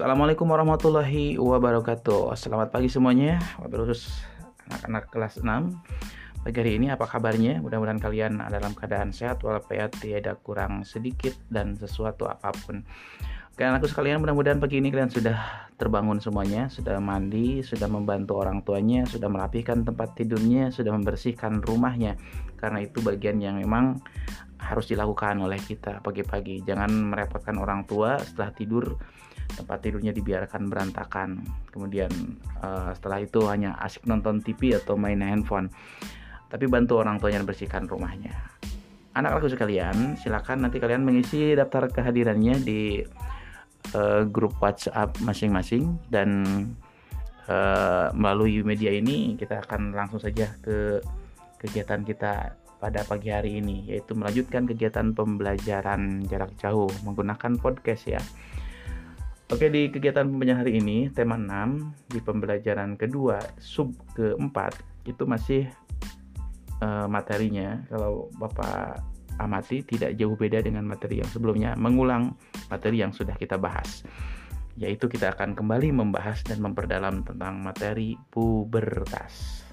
Assalamualaikum warahmatullahi wabarakatuh. Selamat pagi semuanya, wabil khusus anak-anak kelas 6. Pagi hari ini apa kabarnya? Mudah-mudahan kalian dalam keadaan sehat walafiat, tiada kurang sedikit dan sesuatu apapun. Oke, anakku sekalian, mudah-mudahan pagi ini kalian sudah terbangun semuanya, sudah mandi, sudah membantu orang tuanya, sudah merapikan tempat tidurnya, sudah membersihkan rumahnya. Karena itu bagian yang memang harus dilakukan oleh kita pagi-pagi. Jangan merepotkan orang tua setelah tidur, tempat tidurnya dibiarkan berantakan. Kemudian setelah itu hanya asik nonton TV atau main handphone. Tapi bantu orang tuanya bersihkan rumahnya. Anak-anakku sekalian, silakan nanti kalian mengisi daftar kehadirannya di grup WhatsApp masing-masing, dan melalui media ini kita akan langsung saja ke kegiatan kita pada pagi hari ini, yaitu melanjutkan kegiatan pembelajaran jarak jauh menggunakan podcast ya. Oke, di kegiatan pembelajaran hari ini tema 6 di pembelajaran kedua sub keempat itu masih materinya, kalau Bapak amati tidak jauh beda dengan materi yang sebelumnya, mengulang materi yang sudah kita bahas, yaitu kita akan kembali membahas dan memperdalam tentang materi pubertas.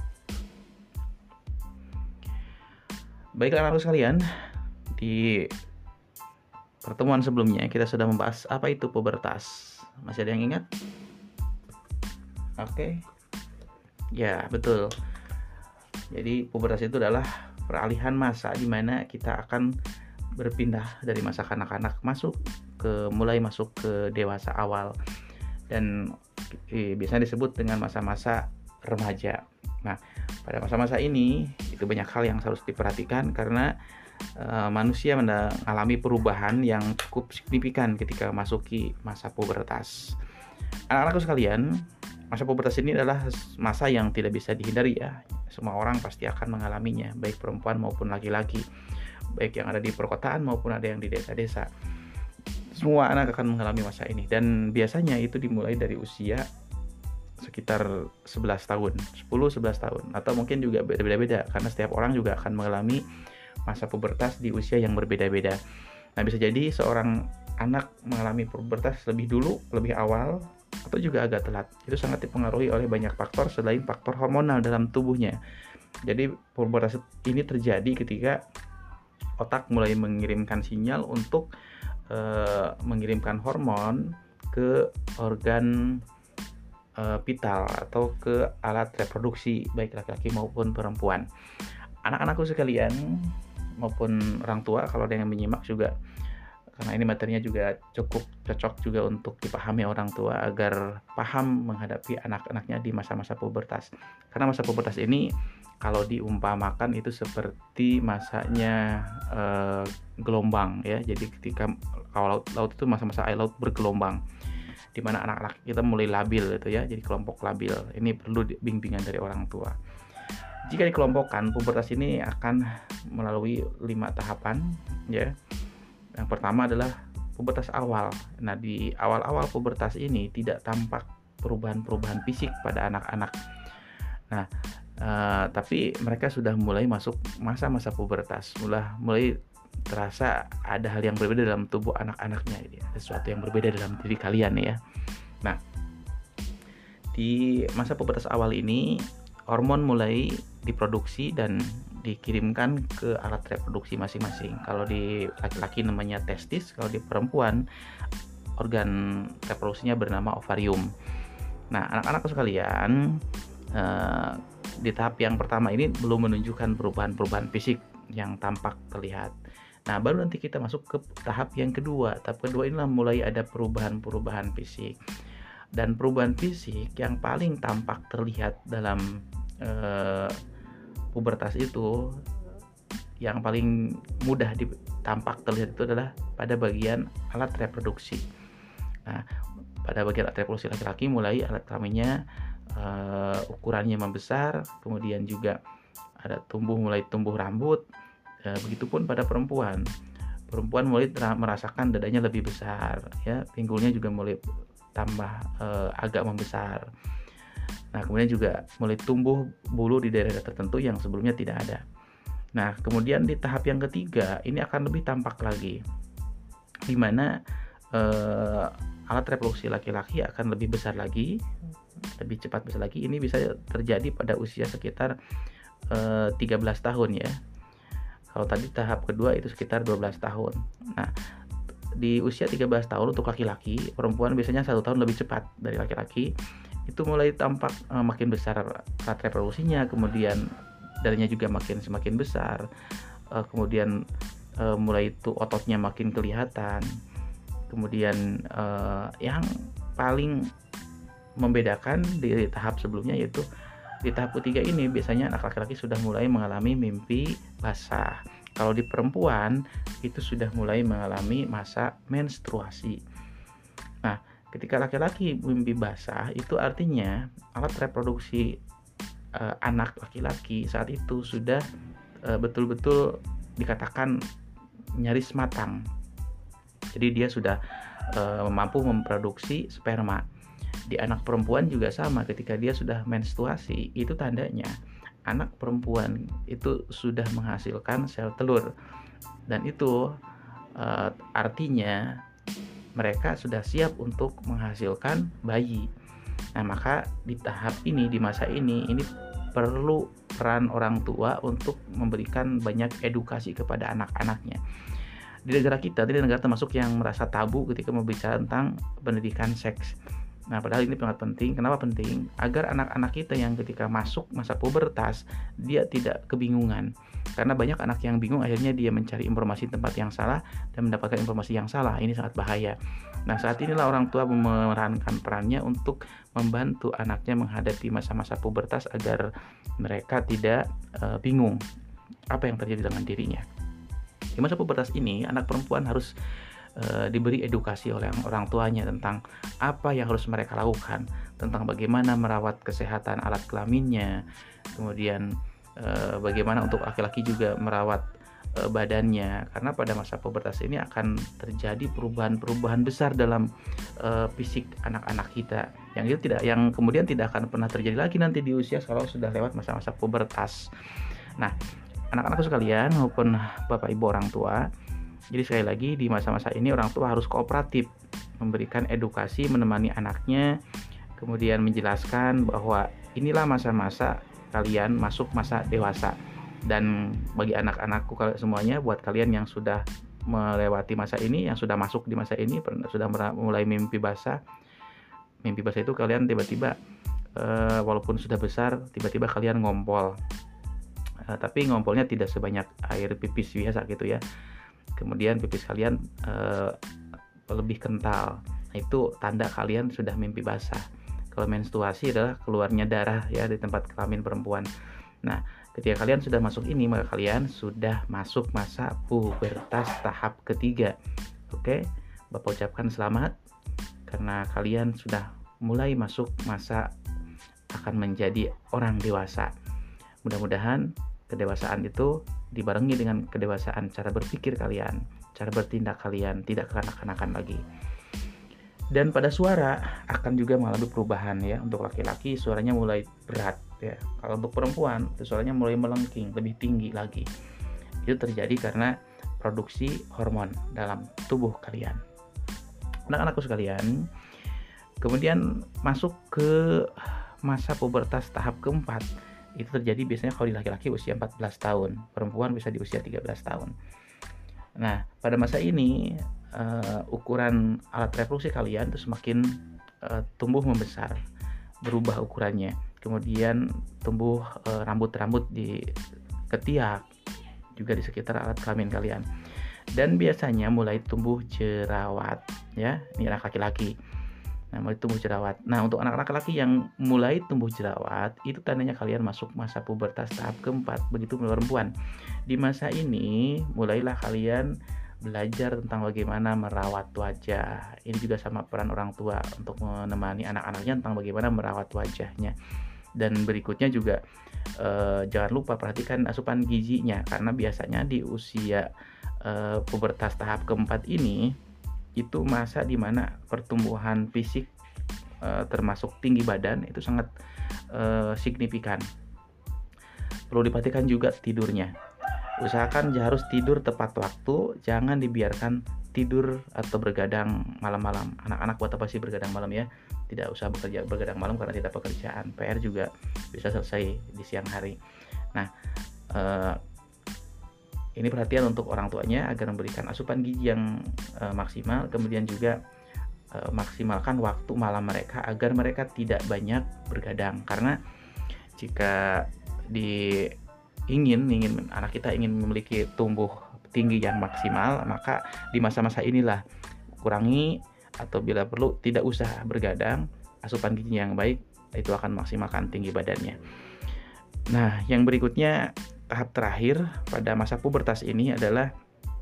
Baiklah anak-anak sekalian, di pertemuan sebelumnya kita sudah membahas apa itu pubertas. Masih ada yang ingat? Oke. Ya, betul. Jadi pubertas itu adalah peralihan masa di mana kita akan berpindah dari masa kanak-kanak mulai masuk ke dewasa awal, dan biasanya disebut dengan masa-masa remaja. Nah, pada masa-masa ini itu banyak hal yang harus diperhatikan karena manusia mengalami perubahan yang cukup signifikan ketika masuki masa pubertas. Anak-anakku sekalian, masa pubertas ini adalah masa yang tidak bisa dihindari ya. Semua orang pasti akan mengalaminya, baik perempuan maupun laki-laki, baik yang ada di perkotaan maupun ada yang di desa-desa. Semua anak akan mengalami masa ini, dan biasanya itu dimulai dari usia sekitar 11 tahun, 10-11 tahun, atau mungkin juga beda-beda karena setiap orang juga akan mengalami masa pubertas di usia yang berbeda-beda. Nah, bisa jadi seorang anak mengalami pubertas lebih dulu, lebih awal, atau juga agak telat. Itu sangat dipengaruhi oleh banyak faktor selain faktor hormonal dalam tubuhnya. Jadi pubertas ini terjadi ketika otak mulai mengirimkan sinyal untuk mengirimkan hormon ke organ vital atau ke alat reproduksi baik laki-laki maupun perempuan. Anak-anakku sekalian maupun orang tua, kalau ada yang menyimak juga, karena ini materinya juga cukup cocok juga untuk dipahami orang tua agar paham menghadapi anak-anaknya di masa-masa pubertas. Karena masa pubertas ini kalau diumpamakan itu seperti masanya gelombang ya. Jadi ketika kalau laut itu masa-masa air laut bergelombang, di mana anak-anak kita mulai labil itu ya, jadi kelompok labil. Ini perlu bimbingan dari orang tua. Jika dikelompokkan, pubertas ini akan melalui 5 tahapan ya. Yang pertama adalah pubertas awal. Nah, di awal-awal pubertas ini tidak tampak perubahan-perubahan fisik pada anak-anak. Nah, tapi mereka sudah mulai masuk masa-masa pubertas, mulai terasa ada hal yang berbeda dalam tubuh anak-anaknya, sesuatu yang berbeda dalam diri kalian ya. Nah, di masa pubertas awal ini hormon mulai diproduksi dan dikirimkan ke alat reproduksi masing-masing. Kalau di laki-laki namanya testis, kalau di perempuan organ reproduksinya bernama ovarium. Nah, anak-anak sekalian, di tahap yang pertama ini belum menunjukkan perubahan-perubahan fisik yang tampak terlihat. Nah, baru nanti kita masuk ke tahap yang kedua. Tahap kedua inilah mulai ada perubahan-perubahan fisik. Dan perubahan fisik yang paling tampak terlihat dalam pubertas itu, yang paling mudah tampak terlihat itu adalah pada bagian alat reproduksi. Nah, pada bagian alat reproduksi laki-laki mulai alat kelaminnya ukurannya membesar, kemudian juga mulai tumbuh rambut. Begitupun pada perempuan mulai merasakan dadanya lebih besar ya, pinggulnya juga mulai tambah agak membesar. Nah, kemudian juga mulai tumbuh bulu di daerah tertentu yang sebelumnya tidak ada. Nah, kemudian di tahap yang ketiga ini akan lebih tampak lagi, di mana alat reproduksi laki-laki akan lebih besar lagi, lebih cepat besar lagi. Ini bisa terjadi pada usia sekitar 13 tahun ya. Kalau tadi tahap kedua itu sekitar 12 tahun. Nah, di usia 13 tahun untuk laki-laki, perempuan biasanya 1 tahun lebih cepat dari laki-laki. Itu mulai tampak makin besar alat reproduksinya, kemudian darinya juga semakin besar, kemudian mulai itu ototnya makin kelihatan. Kemudian yang paling membedakan di tahap sebelumnya yaitu di tahap ketiga ini biasanya anak laki-laki sudah mulai mengalami mimpi basah. Kalau di perempuan itu sudah mulai mengalami masa menstruasi. Nah, ketika laki-laki mimpi basah itu artinya alat reproduksi anak laki-laki saat itu sudah betul-betul dikatakan nyaris matang. Jadi dia sudah mampu memproduksi sperma. Di anak perempuan juga sama, ketika dia sudah menstruasi itu tandanya anak perempuan itu sudah menghasilkan sel telur, dan itu artinya mereka sudah siap untuk menghasilkan bayi. Nah, maka di tahap ini, di masa ini perlu peran orang tua untuk memberikan banyak edukasi kepada anak-anaknya. Di negara kita, di negara termasuk yang merasa tabu ketika berbicara tentang pendidikan seks. Nah, padahal ini sangat penting. Kenapa penting? Agar anak-anak kita yang ketika masuk masa pubertas, dia tidak kebingungan. Karena banyak anak yang bingung, akhirnya dia mencari informasi tempat yang salah dan mendapatkan informasi yang salah. Ini sangat bahaya. Nah, saat inilah orang tua memerankan perannya untuk membantu anaknya menghadapi masa-masa pubertas agar mereka tidak bingung apa yang terjadi dengan dirinya. Di masa pubertas ini, anak perempuan harus diberi edukasi oleh orang tuanya tentang apa yang harus mereka lakukan, tentang bagaimana merawat kesehatan alat kelaminnya, kemudian bagaimana untuk laki-laki juga merawat badannya, karena pada masa pubertas ini akan terjadi perubahan-perubahan besar dalam fisik anak-anak kita yang kemudian tidak akan pernah terjadi lagi nanti di usia kalau sudah lewat masa-masa pubertas. Nah, anak-anakku sekalian maupun Bapak Ibu orang tua, jadi sekali lagi di masa-masa ini orang tua harus kooperatif, memberikan edukasi, menemani anaknya, kemudian menjelaskan bahwa inilah masa-masa kalian masuk masa dewasa. Dan bagi anak-anakku semuanya, buat kalian yang sudah melewati masa ini, yang sudah masuk di masa ini, sudah mulai mimpi basah. Mimpi basah itu kalian tiba-tiba walaupun sudah besar, tiba-tiba kalian ngompol. Tapi ngompolnya tidak sebanyak air pipis biasa gitu ya. Kemudian pipis kalian lebih kental. Nah, itu tanda kalian sudah mimpi basah. Kalau menstruasi adalah keluarnya darah ya di tempat kelamin perempuan. Nah, ketika kalian sudah masuk ini, maka kalian sudah masuk masa pubertas tahap ketiga. Oke, Bapak ucapkan selamat karena kalian sudah mulai masuk masa akan menjadi orang dewasa. Mudah-mudahan kedewasaan itu dibarengi dengan kedewasaan cara berpikir kalian, cara bertindak kalian tidak kekanak-kanakan lagi. Dan pada suara akan juga mengalami perubahan ya. Untuk laki-laki suaranya mulai berat ya. Kalau untuk perempuan itu suaranya mulai melengking, lebih tinggi lagi. Itu terjadi karena produksi hormon dalam tubuh kalian. Anak-anakku sekalian, kemudian masuk ke masa pubertas tahap keempat. Itu terjadi biasanya kalau di laki-laki usia 14 tahun, perempuan bisa di usia 13 tahun. Nah, pada masa ini ukuran alat reproduksi kalian itu semakin tumbuh membesar, berubah ukurannya. Kemudian tumbuh rambut-rambut di ketiak, juga di sekitar alat kelamin kalian. Dan biasanya mulai tumbuh jerawat ya, ini anak laki-laki. Nah, mulai tumbuh jerawat. Nah, untuk anak-anak laki yang mulai tumbuh jerawat, itu tandanya kalian masuk masa pubertas tahap keempat. Begitu perempuan. Di masa ini, mulailah kalian belajar tentang bagaimana merawat wajah. Ini juga sama peran orang tua untuk menemani anak-anaknya tentang bagaimana merawat wajahnya. Dan berikutnya juga jangan lupa perhatikan asupan gizinya, karena biasanya di usia pubertas tahap keempat ini itu masa dimana pertumbuhan fisik termasuk tinggi badan itu sangat signifikan. Perlu diperhatikan juga tidurnya. Usahakan harus tidur tepat waktu, jangan dibiarkan tidur atau bergadang malam-malam. Anak-anak buat apa sih bergadang malam ya? Tidak usah bergadang malam karena tidak pekerjaan. PR juga bisa selesai di siang hari. Nah, ini perhatian untuk orang tuanya agar memberikan asupan gizi yang maksimal. Kemudian juga maksimalkan waktu malam mereka agar mereka tidak banyak bergadang. Karena jika ingin anak kita ingin memiliki tumbuh tinggi yang maksimal, maka di masa-masa inilah kurangi atau bila perlu tidak usah bergadang. Asupan gizi yang baik itu akan maksimalkan tinggi badannya. Nah, yang berikutnya, tahap terakhir pada masa pubertas ini adalah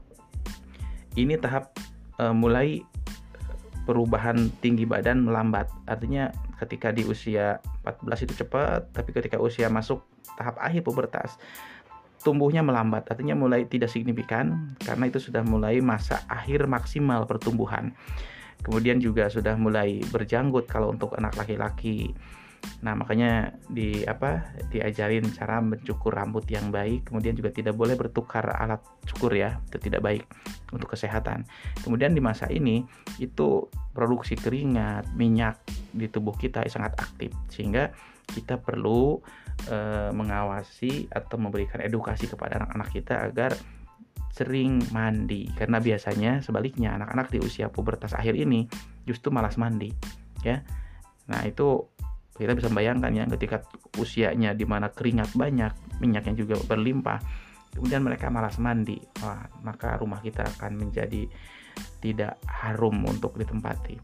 tahap mulai perubahan tinggi badan melambat. Artinya ketika di usia 14 itu cepat, tapi ketika usia masuk tahap akhir pubertas, tumbuhnya melambat. Artinya mulai tidak signifikan karena itu sudah mulai masa akhir maksimal pertumbuhan. Kemudian juga sudah mulai berjanggut kalau untuk anak laki-laki. Nah, makanya diajarin cara mencukur rambut yang baik. Kemudian juga tidak boleh bertukar alat cukur ya, itu tidak baik untuk kesehatan. Kemudian di masa ini itu produksi keringat, minyak di tubuh kita sangat aktif, sehingga kita perlu mengawasi atau memberikan edukasi kepada anak-anak kita agar sering mandi. Karena biasanya sebaliknya anak-anak di usia pubertas akhir ini justru malas mandi ya. Nah, itu kita bisa membayangkan ya, ketika usianya di mana keringat banyak, minyaknya juga berlimpah, kemudian mereka malas mandi, maka rumah kita akan menjadi tidak harum untuk ditempati.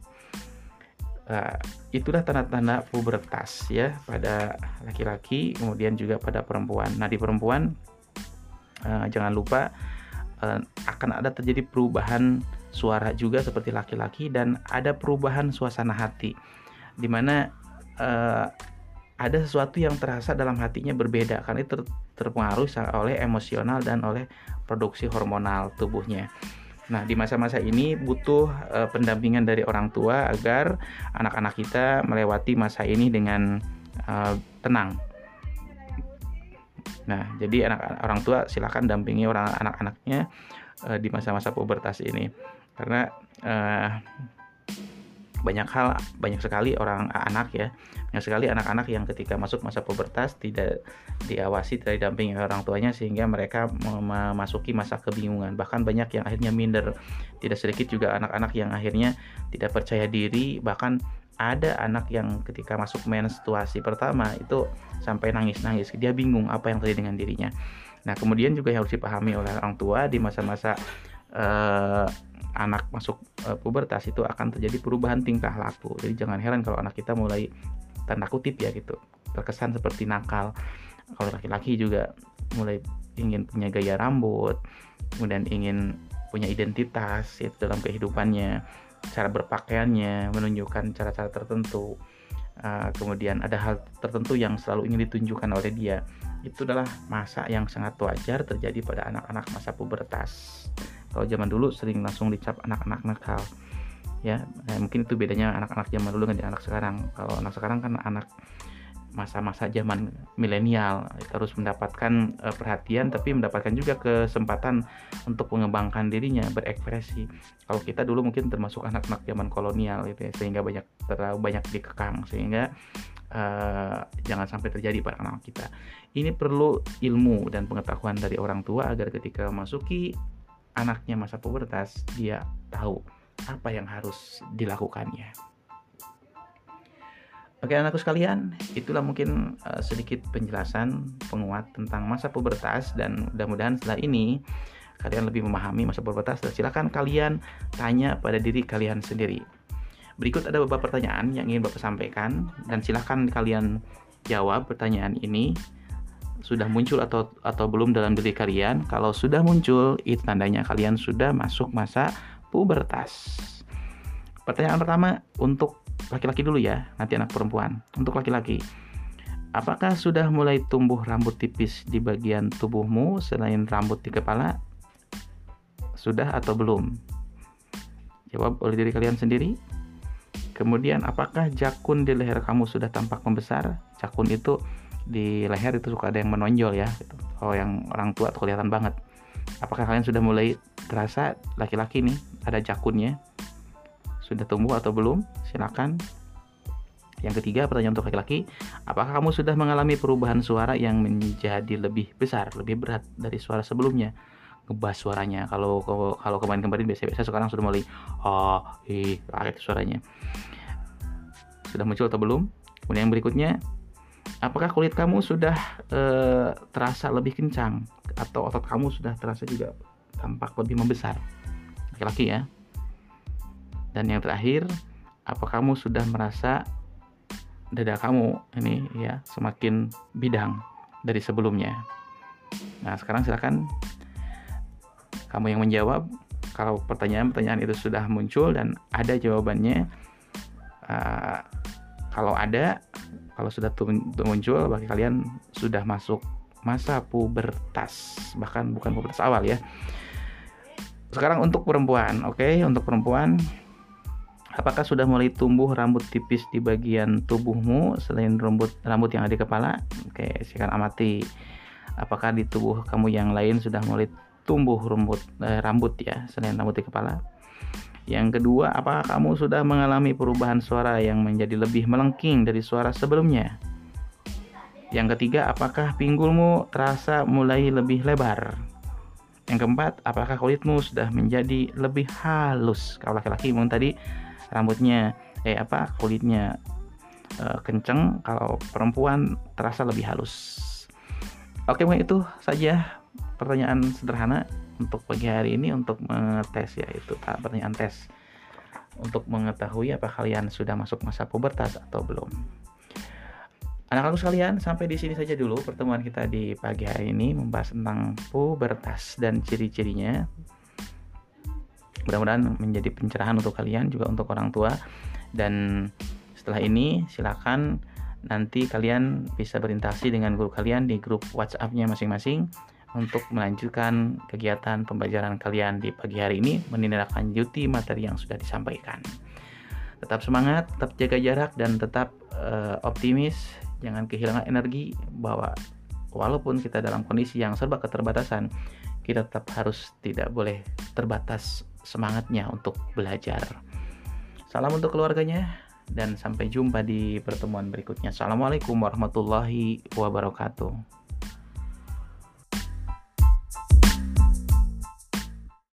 Itulah tanda-tanda pubertas ya pada laki-laki, kemudian juga pada perempuan. Nah, di perempuan jangan lupa akan ada terjadi perubahan suara juga seperti laki-laki, dan ada perubahan suasana hati, di mana ada sesuatu yang terasa dalam hatinya berbeda karena itu terpengaruh oleh emosional dan oleh produksi hormonal tubuhnya. Nah, di masa-masa ini butuh pendampingan dari orang tua agar anak-anak kita melewati masa ini dengan tenang. Nah, jadi orang tua silakan dampingi anak-anaknya di masa-masa pubertas ini, karena banyak sekali anak-anak yang ketika masuk masa pubertas tidak diawasi, tidak didampingi orang tuanya, sehingga mereka memasuki masa kebingungan. Bahkan banyak yang akhirnya minder. Tidak sedikit juga anak-anak yang akhirnya tidak percaya diri. Bahkan ada anak yang ketika masuk menstruasi pertama itu sampai nangis-nangis. Dia bingung apa yang terjadi dengan dirinya. Nah, kemudian juga yang harus dipahami oleh orang tua di masa-masa anak masuk pubertas itu akan terjadi perubahan tingkah laku. Jadi jangan heran kalau anak kita mulai, tanda kutip ya gitu, terkesan seperti nakal. Kalau laki-laki juga mulai ingin punya gaya rambut, kemudian ingin punya identitas ya, dalam kehidupannya, cara berpakaiannya menunjukkan cara-cara tertentu. Kemudian ada hal tertentu yang selalu ingin ditunjukkan oleh dia. Itu adalah masa yang sangat wajar terjadi pada anak-anak masa pubertas. Kalau zaman dulu sering langsung dicap anak-anak nakal ya. Mungkin itu bedanya anak-anak zaman dulu dengan anak sekarang. Kalau anak sekarang kan anak masa-masa zaman milenial, harus mendapatkan perhatian, tapi mendapatkan juga kesempatan untuk mengembangkan dirinya, berekspresi. Kalau kita dulu mungkin termasuk anak-anak zaman kolonial gitu ya, sehingga terlalu banyak dikekang, sehingga jangan sampai terjadi pada anak kita. Ini perlu ilmu dan pengetahuan dari orang tua agar ketika memasuki anaknya masa pubertas, dia tahu apa yang harus dilakukannya. Oke, anakku sekalian, itulah mungkin sedikit penjelasan penguat tentang masa pubertas, dan mudah-mudahan setelah ini kalian lebih memahami masa pubertas, dan silakan kalian tanya pada diri kalian sendiri. Berikut ada beberapa pertanyaan yang ingin Bapak sampaikan, dan silakan kalian jawab pertanyaan ini. Sudah muncul atau belum dalam diri kalian? Kalau sudah muncul, itu tandanya kalian sudah masuk masa pubertas. Pertanyaan pertama untuk laki-laki dulu ya, nanti anak perempuan. Untuk laki-laki, apakah sudah mulai tumbuh rambut tipis di bagian tubuhmu selain rambut di kepala? Sudah atau belum? Jawab oleh diri kalian sendiri. Kemudian, apakah jakun di leher kamu sudah tampak membesar? Jakun itu di leher itu suka ada yang menonjol ya gitu. Kalau yang orang tua tuh kelihatan banget. Apakah kalian sudah mulai terasa laki-laki nih, ada jakunnya? Sudah tumbuh atau belum? Silakan. Yang ketiga, pertanyaan untuk laki-laki, apakah kamu sudah mengalami perubahan suara yang menjadi lebih besar, lebih berat dari suara sebelumnya? Ngebas suaranya. Kalau kemarin-kemarin biasa-biasa, sekarang sudah mulai itu suaranya. Sudah muncul atau belum? Kemudian yang berikutnya, apakah kulit kamu sudah terasa lebih kencang, atau otot kamu sudah terasa juga tampak lebih membesar? Laki-laki ya. Dan yang terakhir, apa kamu sudah merasa dada kamu ini ya semakin bidang dari sebelumnya? Nah, sekarang silakan kamu yang menjawab. Kalau pertanyaan itu sudah muncul dan ada jawabannya, kalau sudah muncul, bagi kalian sudah masuk masa pubertas, bahkan bukan pubertas awal ya. Sekarang untuk perempuan, oke? Untuk perempuan, apakah sudah mulai tumbuh rambut tipis di bagian tubuhmu selain rambut yang ada di kepala? Oke, silakan amati. Apakah di tubuh kamu yang lain sudah mulai tumbuh rambut ya selain rambut di kepala? Yang kedua, apakah kamu sudah mengalami perubahan suara yang menjadi lebih melengking dari suara sebelumnya? Yang ketiga, apakah pinggulmu terasa mulai lebih lebar? Yang keempat, apakah kulitmu sudah menjadi lebih halus? Kalau laki-laki mungkin tadi rambutnya kulitnya kenceng, kalau perempuan terasa lebih halus. Oke, mungkin itu saja pertanyaan sederhana untuk pagi hari ini untuk mengetes, yaitu pertanyaan tes untuk mengetahui apakah kalian sudah masuk masa pubertas atau belum. Anak-anak sekalian, sampai di sini saja dulu pertemuan kita di pagi hari ini membahas tentang pubertas dan ciri-cirinya. Mudah-mudahan menjadi pencerahan untuk kalian, juga untuk orang tua. Dan setelah ini silakan nanti kalian bisa berinteraksi dengan guru kalian di grup WhatsApp-nya masing-masing untuk melanjutkan kegiatan pembelajaran kalian di pagi hari ini, menindaklanjuti materi yang sudah disampaikan. Tetap semangat, tetap jaga jarak, dan tetap optimis. Jangan kehilangan energi, bahwa walaupun kita dalam kondisi yang serba keterbatasan, kita tetap harus tidak boleh terbatas semangatnya untuk belajar. Salam untuk keluarganya, dan sampai jumpa di pertemuan berikutnya. Assalamualaikum warahmatullahi wabarakatuh.